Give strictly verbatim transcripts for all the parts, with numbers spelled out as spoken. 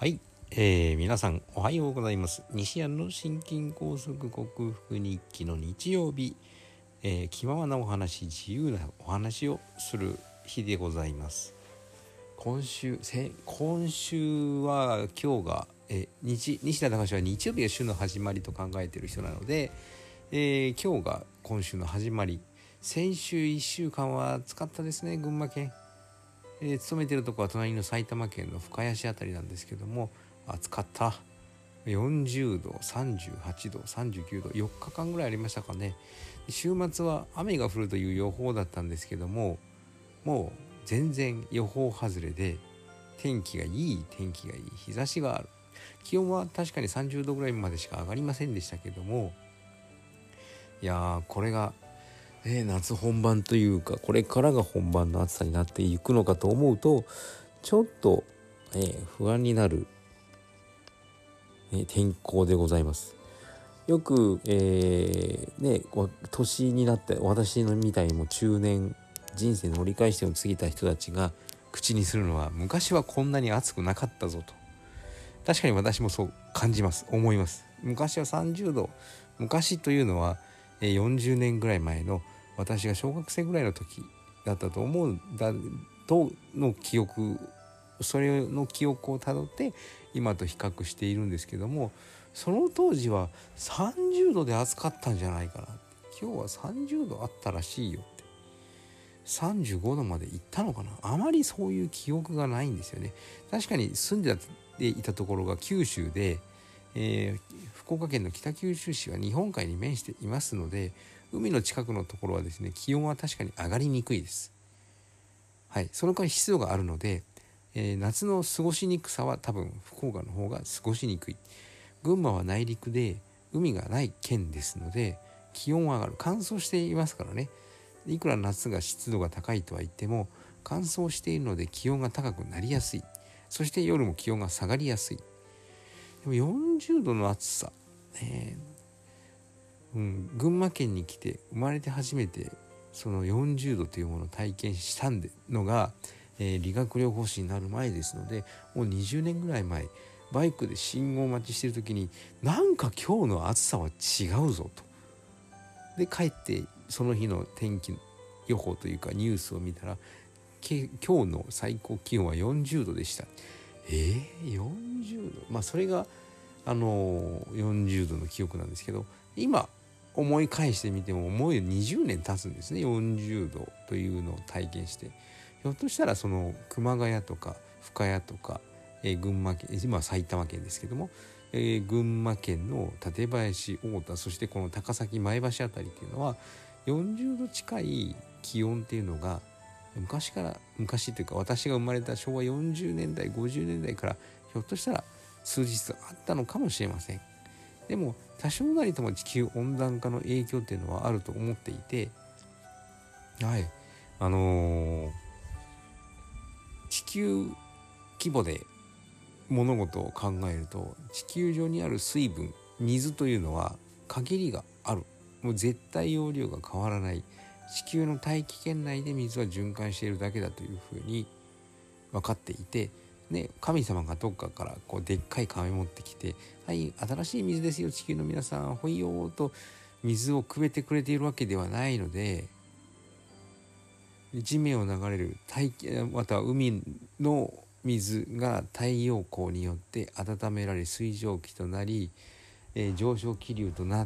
はい、えー、皆さんおはようございます。西安の心筋梗塞克服日記の日曜日、えー、気ままなお話、自由なお話をする日でございます。今週今週は今日が、えー、日西田隆は日曜日が週の始まりと考えている人なので、えー、今日が今週の始まり。先週いっしゅうかんは暑かったですね。群馬県、えー、勤めてるとこは隣の埼玉県の深谷市あたりなんですけども、暑かった。よんじゅうど、さんじゅうはちど、さんじゅうきゅうど、よっかかんぐらいありましたかね。週末は雨が降るという予報だったんですけども、もう全然予報外れで、天気がいい天気がいい日差しがある。気温は確かにさんじゅうどぐらいまでしか上がりませんでしたけども、いやーこれがね、夏本番というか、これからが本番の暑さになっていくのかと思うと、ちょっと、えー、不安になる、えー、天候でございます。よく、えーね、年になって私のみたいにも中年、人生の折り返しを過ぎた人たちが口にするのは、昔はこんなに暑くなかったぞと。確かに私もそう感じます。思います。昔はさんじゅうど、昔というのはよんじゅうねんぐらい前の私が小学生ぐらいの時だったと思うだとの記憶、それの記憶をたどって今と比較しているんですけども、その当時はさんじゅうどで暑かったんじゃないかな。今日はさんじゅうどあったらしいよって、さんじゅうごどまで行ったのかな。あまりそういう記憶がないんですよね。確かに住んでいたところが九州で、えー、福岡県の北九州市は日本海に面していますので、海の近くのところはですね、気温は確かに上がりにくいです。はい、その代わり湿度があるので、えー、夏の過ごしにくさは多分福岡の方が過ごしにくい。群馬は内陸で海がない県ですので、気温は上がる。乾燥していますからね。いくら夏が湿度が高いとは言っても、乾燥しているので気温が高くなりやすい。そして夜も気温が下がりやすい。でもよんじゅうどの暑さ、えーうん、群馬県に来て生まれて初めてそのよんじゅうどというものを体験したのが、えー、理学療法士になる前ですので、もうにじゅうねんぐらい前、バイクで信号待ちしてる時に、なんか今日の暑さは違うぞと。で帰ってその日の天気予報というかニュースを見たら、今日の最高気温はよんじゅうどでした。えー、よんじゅうど、まあそれがあのー、よんじゅうどの記憶なんですけど、今思い返してみてももうにじゅうねん経つんですね。よんじゅうどというのを体験して、ひょっとしたらその熊谷とか深谷とか、えー、群馬県、今は埼玉県ですけども、えー、群馬県の館林、太田、そしてこの高崎、前橋あたりっていうのはよんじゅうど近い気温っていうのが昔から昔というか、私が生まれたしょうわよんじゅうねんだいごじゅうねんだいからひょっとしたら数日あったのかもしれません。でも多少なりとも地球温暖化の影響っていうのはあると思っていて、はいあのー、地球規模で物事を考えると、地球上にある水分、水というのは限りがある。もう絶対容量が変わらない。地球の大気圏内で水は循環しているだけだというふうに分かっていて、ね、神様がどっかからこうでっかい亀持ってきて、はい新しい水ですよ地球の皆さんほいよーと水をくべてくれているわけではないので、地面を流れる大気または海の水が太陽光によって温められ水蒸気となり、えー、上昇気流となって、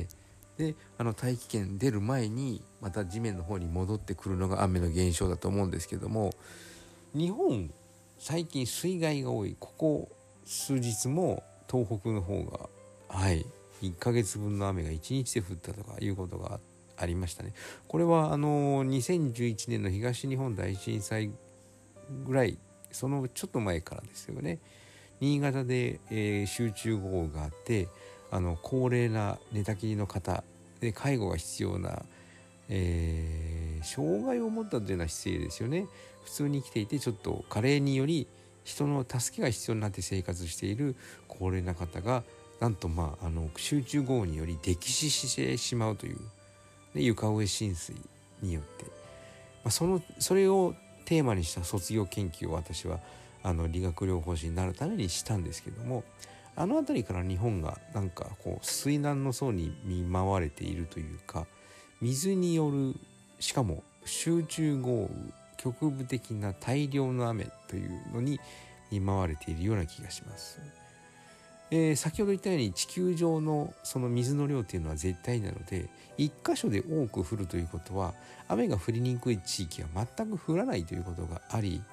であの大気圏出る前にまた地面の方に戻ってくるのが雨の現象だと思うんですけども、日本最近水害が多い。ここ数日も東北の方がはいいっかげつぶんの雨がいちにちで降ったとかいうことがありましたね。これはあのにせんじゅういちねんの東日本大震災ぐらい、そのちょっと前からですよね。新潟で、えー、集中豪雨があって、あの高齢な寝たきりの方で介護が必要な、えー、障害を持ったというのは失礼ですよね。普通に生きていてちょっと加齢により人の助けが必要になって生活している高齢な方が、なんとまああの集中豪雨により溺死してしまうという、で床上浸水によって、まあ、そのそれをテーマにした卒業研究を私はあの理学療法士になるためにしたんですけども、あの辺りから日本がなんかこう水難の層に見舞われているというか、水によるしかも集中豪雨、局部的な大量の雨というのに見舞われているような気がします。えー、先ほど言ったように地球上のその水の量というのは絶対なので、一箇所で多く降るということは雨が降りにくい地域は全く降らないということがあり、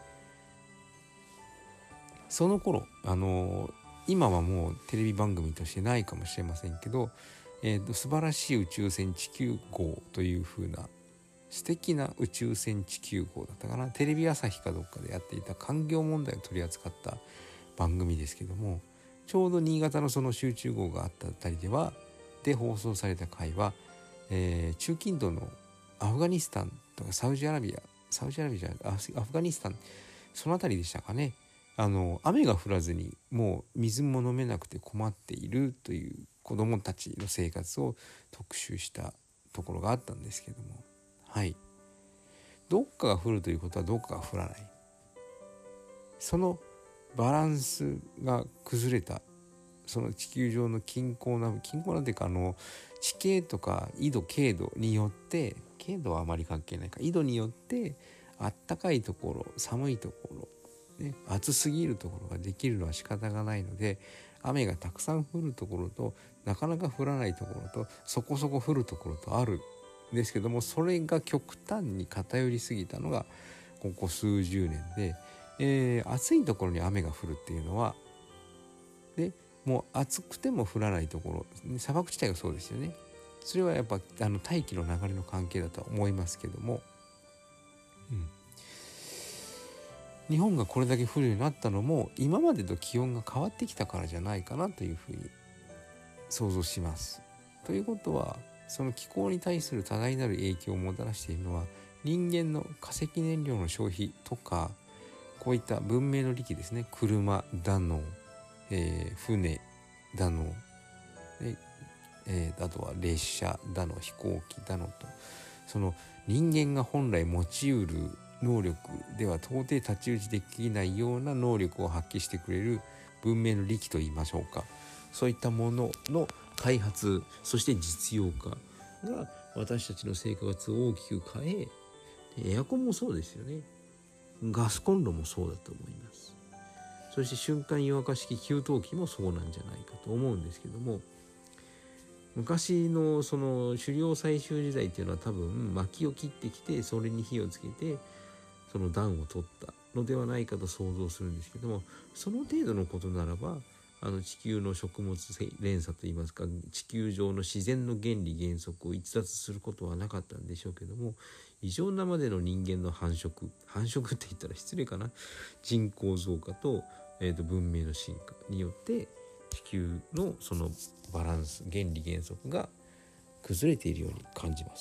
その頃あのー、今はもうテレビ番組としてないかもしれませんけど、えーと、素晴らしい宇宙船地球号という風な素敵な宇宙船地球号だったかな、テレビ朝日かどっかでやっていた環境問題を取り扱った番組ですけども、ちょうど新潟のその集中号があったあたりではで放送された回は、えー、中近東のアフガニスタンとかサウジアラビアサウジアラビアじゃないアフガニスタン、そのあたりでしたかね、あの雨が降らずにもう水も飲めなくて困っているという子どもたちの生活を特集したところがあったんですけども、はい、どっかが降るということはどっかが降らない、そのバランスが崩れた、その地球上の均衡な均衡なんていうか、あの地形とか緯度経度によって、経度はあまり関係ないか、緯度によってあったかいところ寒いところ、ね、暑すぎるところができるのは仕方がないので、雨がたくさん降るところとなかなか降らないところとそこそこ降るところとあるんですけども、それが極端に偏りすぎたのがここ数十年で、えー、暑いところに雨が降るっていうのはで、もう暑くても降らないところ、砂漠地帯がそうですよね。それはやっぱあの大気の流れの関係だとは思いますけども、うん、日本がこれだけ降るようになったのも今までと気温が変わってきたからじゃないかなというふうに想像します。ということはその気候に対する多大なる影響をもたらしているのは人間の化石燃料の消費とか、こういった文明の利器ですね、車だの、えー、船だの、でえー、あとは列車だの飛行機だのと、その人間が本来持ちうる能力では到底太刀打ちできないような能力を発揮してくれる文明の利器といいましょうか、そういったものの開発、そして実用化が私たちの生活を大きく変え、エアコンもそうですよね、ガスコンロもそうだと思います。そして瞬間湯沸かし器給湯器もそうなんじゃないかと思うんですけども、昔のその狩猟採集時代っていうのは多分薪を切ってきてそれに火をつけてその暖を取ったのではないかと想像するんですけども、その程度のことならばあの地球の食物連鎖といいますか、地球上の自然の原理原則を逸脱することはなかったんでしょうけども、異常なまでの人間の繁殖繁殖って言ったら失礼かな、人口増加と、えーと文明の進化によって地球のそのバランス原理原則が崩れているように感じます。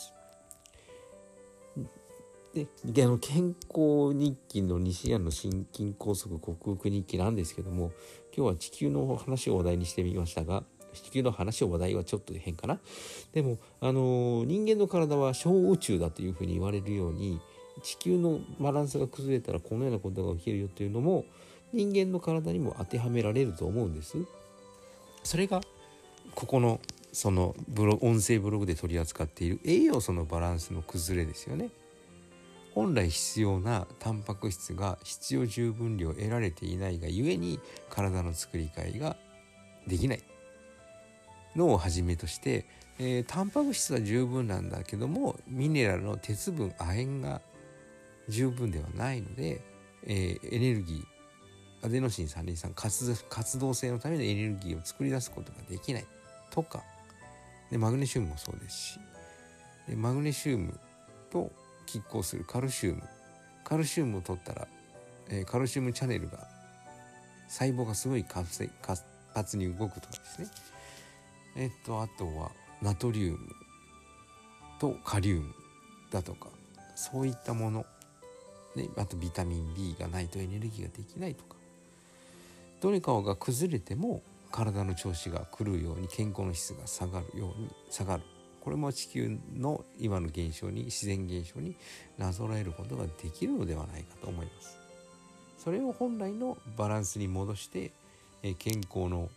で, であの健康日記の西安の心筋梗塞克服日記なんですけども、今日は地球の話を話題にしてみましたが、地球の話を話題はちょっと変かな。でもあの人間の体は小宇宙だというふうに言われるように、地球のバランスが崩れたらこのようなことが起きるよというのも人間の体にも当てはめられると思うんです。それがここのそのブロ音声ブログで取り扱っている栄養素のバランスの崩れですよね。本来必要なタンパク質が必要十分量得られていないがゆえに体の作り替えができないのをはじめとして、えー、タンパク質は十分なんだけどもミネラルの鉄分亜鉛が十分ではないので、えー、エネルギーアデノシン三リン酸活活動性のためのエネルギーを作り出すことができないとかで、マグネシウムもそうですし、でマグネシウムと拮抗するカルシウムカルシウムを取ったら、えー、カルシウムチャネルが細胞がすごい活発に動くとかですね、えっとあとはナトリウムとカリウムだとかそういったもの、ね、あとビタミン B がないとエネルギーができないとか、どれかが崩れても体の調子が狂うように健康の質が下がるように下がる、これも地球の今の現象に自然現象になぞらえることができるのではないかと思います。 それを本来のバランスに戻して、えー、健康の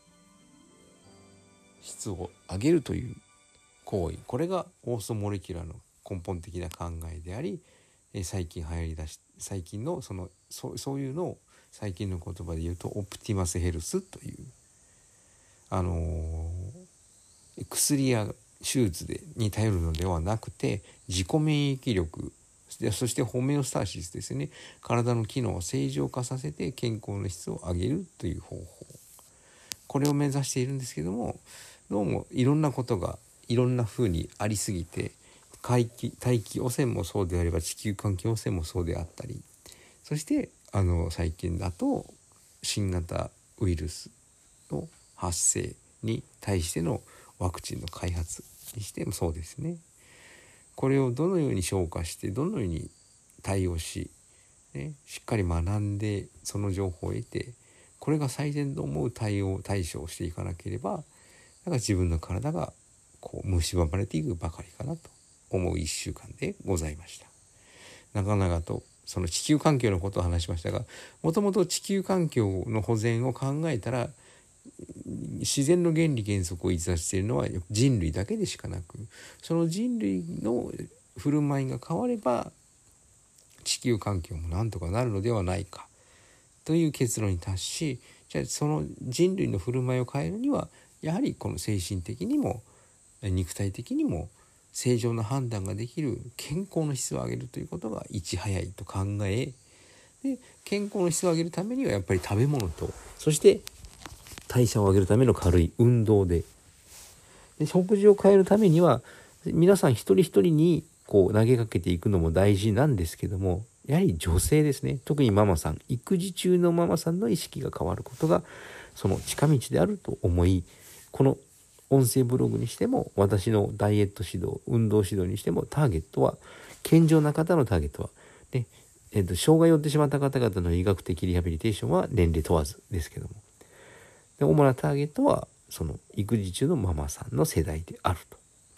質を上げるという行為、これがオーソモレキュラーの根本的な考えであり、えー、最近流行りだし最近のその そ, そういうのを最近の言葉で言うとオプティマスヘルスという、あのー、薬や手術でに頼るのではなくて、自己免疫力、そしてホメオスターシスですね、体の機能を正常化させて健康の質を上げるという方法、これを目指しているんですけども、どうもいろんなことがいろんな風にありすぎて、大気、大気汚染もそうであれば地球環境汚染もそうであったり、そしてあの最近だと新型ウイルスの発生に対してのワクチンの開発にしてもそうですね。これをどのように消化してどのように対応し、ね、しっかり学んでその情報を得て、これが最善と思う対応対処をしていかなければ、だから自分の体がこう蝕まれていくばかりかなと思ういっしゅうかんでございました。長々とその地球環境のことを話しましたが、もともと地球環境の保全を考えたら、自然の原理原則を逸脱しているのは人類だけでしかなく、その人類の振る舞いが変われば地球環境もなんとかなるのではないかという結論に達し、じゃあその人類の振る舞いを変えるには、やはりこの精神的にも肉体的にも正常な判断ができる健康の質を上げるということがいち早いと考え、で健康の質を上げるためにはやっぱり食べ物と、そして代謝を上げるための軽い運動 で, で食事を変えるためには皆さん一人一人にこう投げかけていくのも大事なんですけども、やはり女性ですね、特にママさん、育児中のママさんの意識が変わることがその近道であると思い、この音声ブログにしても私のダイエット指導、運動指導にしてもターゲットは、健常な方のターゲットは、ねえー、と障害を負ってしまった方々の医学的リハビリテーションは年齢問わずですけども、で主なターゲットはその育児中のママさんの世代であると。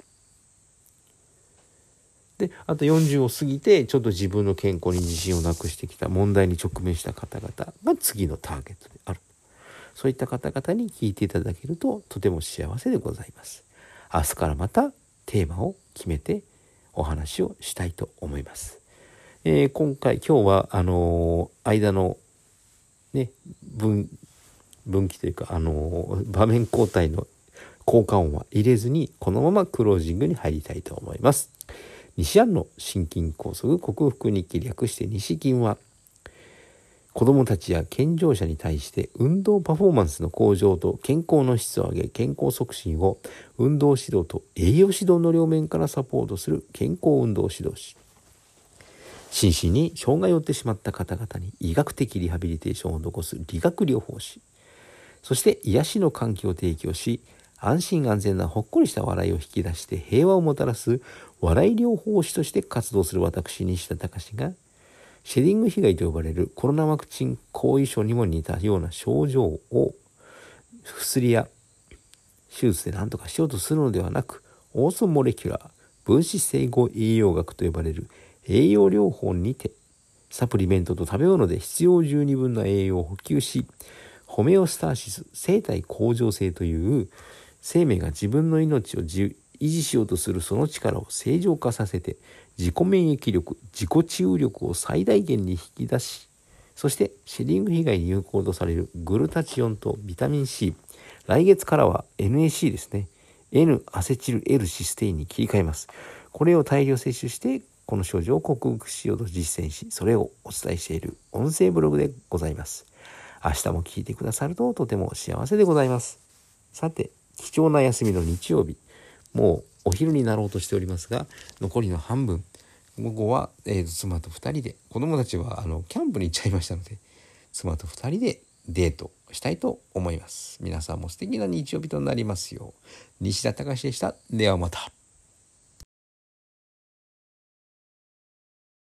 であとよんじゅうを過ぎてちょっと自分の健康に自信をなくしてきた、問題に直面した方々が次のターゲットである。そういった方々に聞いていただけるととても幸せでございます。明日からまたテーマを決めてお話をしたいと思います。えー、今回今日はあのー、間のね分分岐というか、あのー、場面交代の効果音は入れずにこのままクロージングに入りたいと思います。西安の心筋梗塞克服日記、略して西筋は、子どもたちや健常者に対して運動パフォーマンスの向上と健康の質を上げ、健康促進を運動指導と栄養指導の両面からサポートする健康運動指導士、心身に障害を負ってしまった方々に医学的リハビリテーションを施す理学療法士、そして癒しの環境を提供し、安心安全なほっこりした笑いを引き出して平和をもたらす笑い療法士として活動する私西田隆が、シェディング被害と呼ばれるコロナワクチン後遺症にも似たような症状を薬や手術で何とかしようとするのではなく、オーソモレキュラー分子整合栄養学と呼ばれる栄養療法にて、サプリメントと食べ物で必要十二分な栄養を補給し、ホメオスターシス生体向上性という生命が自分の命を維持しようとするその力を正常化させて、自己免疫力、自己治癒力を最大限に引き出し、そしてシェディング被害に有効とされるグルタチオンとビタミン C、 来月からは エヌエーシー ですね、 N アセチル L システインに切り替えます。これを大量摂取してこの症状を克服しようと実践し、それをお伝えしている音声ブログでございます。明日も聞いてくださるととても幸せでございます。さて、貴重な休みの日曜日、もうお昼になろうとしておりますが、残りの半分、午後は、えー、妻とふたりで、子供たちはあのキャンプに行っちゃいましたので、妻とふたりでデートしたいと思います。皆さんも素敵な日曜日となりますよう。西田隆でした。ではまた。